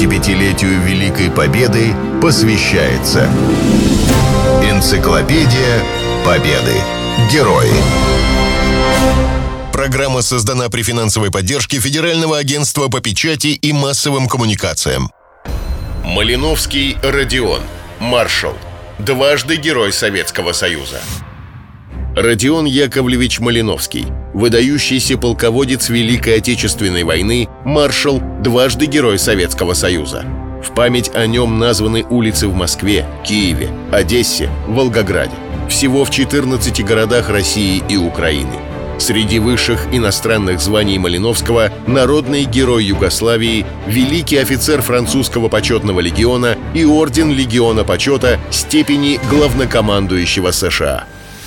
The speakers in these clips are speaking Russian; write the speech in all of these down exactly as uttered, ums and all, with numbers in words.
семидесятипятилетию Великой Победы посвящается Энциклопедия Победы. Герои. Программа создана при финансовой поддержке Федерального агентства по печати и массовым коммуникациям. Малиновский Родион, маршал, дважды Герой Советского Союза. Родион Яковлевич Малиновский, выдающийся полководец Великой Отечественной войны, маршал, дважды Герой Советского Союза. В память о нем названы улицы в Москве, Киеве, Одессе, Волгограде. Всего в четырнадцати городах России и Украины. Среди высших иностранных званий Малиновского – народный герой Югославии, великий офицер французского почетного легиона и орден Легиона почета степени главнокомандующего США.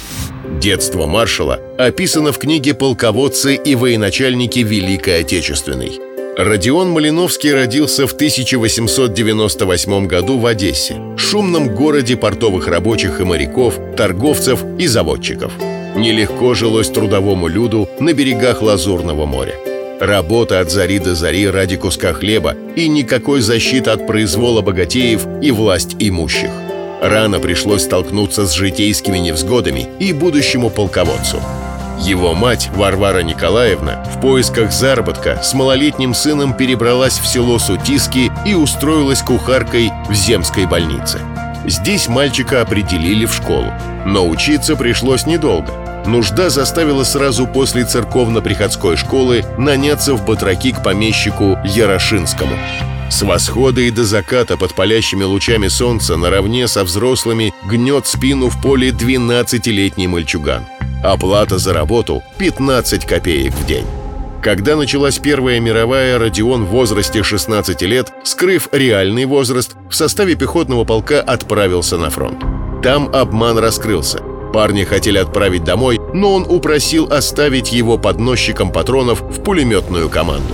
Детство маршала описано в книге «Полководцы и военачальники Великой Отечественной». Родион Малиновский родился в тысяча восемьсот девяносто восьмом году в Одессе, шумном городе портовых рабочих и моряков, торговцев и заводчиков. Нелегко жилось трудовому люду на берегах Лазурного моря. Работа от зари до зари ради куска хлеба и никакой защиты от произвола богатеев и власть имущих. Рано пришлось столкнуться с житейскими невзгодами и будущему полководцу. Его мать, Варвара Николаевна, в поисках заработка с малолетним сыном перебралась в село Сутиски и устроилась кухаркой в земской больнице. Здесь мальчика определили в школу, но учиться пришлось недолго. Нужда заставила сразу после церковно-приходской школы наняться в батраки к помещику Ярошинскому. С восхода и до заката под палящими лучами солнца наравне со взрослыми гнет спину в поле двенадцатилетний мальчуган. Оплата за работу – пятнадцать копеек в день. Когда началась Первая мировая, Родион в возрасте шестнадцати лет, скрыв реальный возраст, в составе пехотного полка отправился на фронт. Там обман раскрылся. Парня хотели отправить домой, но он упросил оставить его подносчиком патронов в пулеметную команду.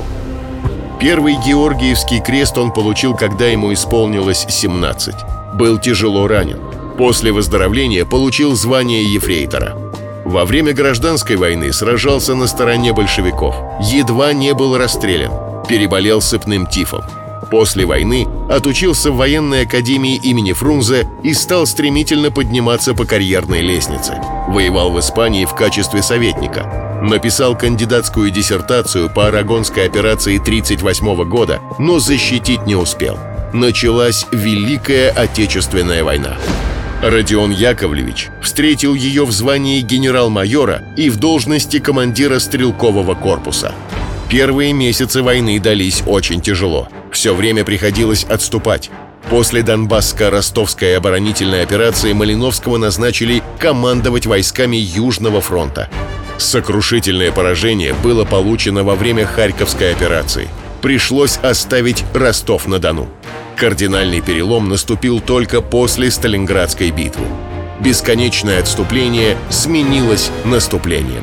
Первый Георгиевский крест он получил, когда ему исполнилось семнадцать. Был тяжело ранен. После выздоровления получил звание ефрейтора. Во время гражданской войны сражался на стороне большевиков. Едва не был расстрелян. Переболел сыпным тифом. После войны отучился в военной академии имени Фрунзе и стал стремительно подниматься по карьерной лестнице. Воевал в Испании в качестве советника. Написал кандидатскую диссертацию по Арагонской операции тридцать восьмого года, но защитить не успел. Началась Великая Отечественная война. Родион Яковлевич встретил ее в звании генерал-майора и в должности командира стрелкового корпуса. Первые месяцы войны дались очень тяжело. Все время приходилось отступать. После Донбасско-Ростовской оборонительной операции Малиновского назначили командовать войсками Южного фронта. Сокрушительное поражение было получено во время Харьковской операции. Пришлось оставить Ростов-на-Дону. Кардинальный перелом наступил только после Сталинградской битвы. Бесконечное отступление сменилось наступлением.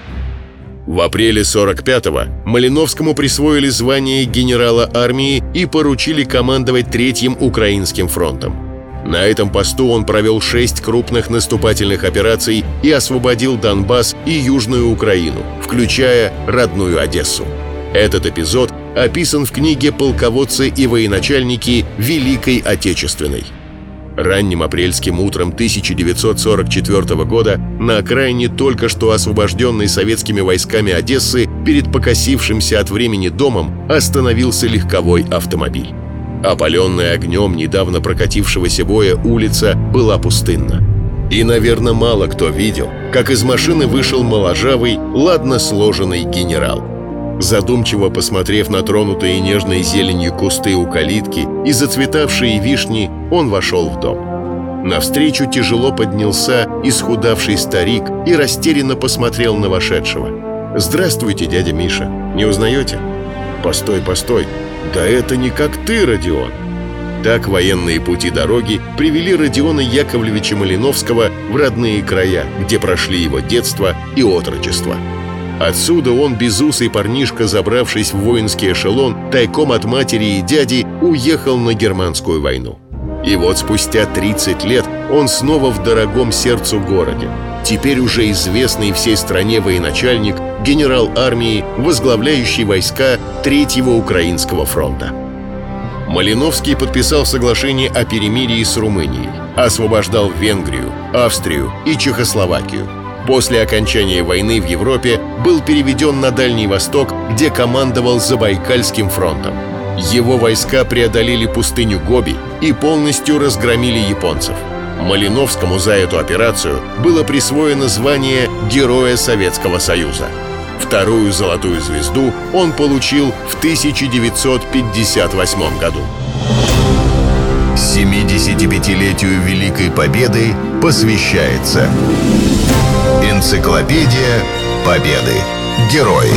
В апреле сорок пятого Малиновскому присвоили звание генерала армии и поручили командовать Третьим Украинским фронтом. На этом посту он провел шесть крупных наступательных операций и освободил Донбасс и Южную Украину, включая родную Одессу. Этот эпизод описан в книге «Полководцы и военачальники Великой Отечественной». Ранним апрельским утром тысяча девятьсот сорок четвёртого года на окраине только что освобожденной советскими войсками Одессы перед покосившимся от времени домом остановился легковой автомобиль. Опаленная огнем недавно прокатившегося боя улица была пустынна. И, наверное, мало кто видел, как из машины вышел моложавый, ладно сложенный генерал. Задумчиво посмотрев на тронутые нежной зеленью кусты у калитки и зацветавшие вишни, он вошел в дом. Навстречу тяжело поднялся исхудавший старик и растерянно посмотрел на вошедшего. «Здравствуйте, дядя Миша. Не узнаете?» «Постой, постой. Да это не как ты, Родион!» Так военные пути дороги привели Родиона Яковлевича Малиновского в родные края, где прошли его детство и отрочество. Отсюда он, безусый парнишка, забравшись в воинский эшелон, тайком от матери и дяди, уехал на германскую войну. И вот спустя тридцать лет он снова в дорогом сердцу городе. Теперь уже известный всей стране военачальник, генерал армии, возглавляющий войска Третьего Украинского фронта. Малиновский подписал соглашение о перемирии с Румынией, освобождал Венгрию, Австрию и Чехословакию. После окончания войны в Европе был переведен на Дальний Восток, где командовал Забайкальским фронтом. Его войска преодолели пустыню Гоби и полностью разгромили японцев. Малиновскому за эту операцию было присвоено звание Героя Советского Союза. Вторую золотую звезду он получил в тысяча девятьсот пятьдесят восьмом году. семидесятипятилетию Великой Победы посвящается Энциклопедия Победы. Герои.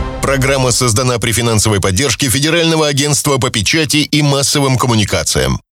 Программа создана при финансовой поддержке Федерального агентства по печати и массовым коммуникациям.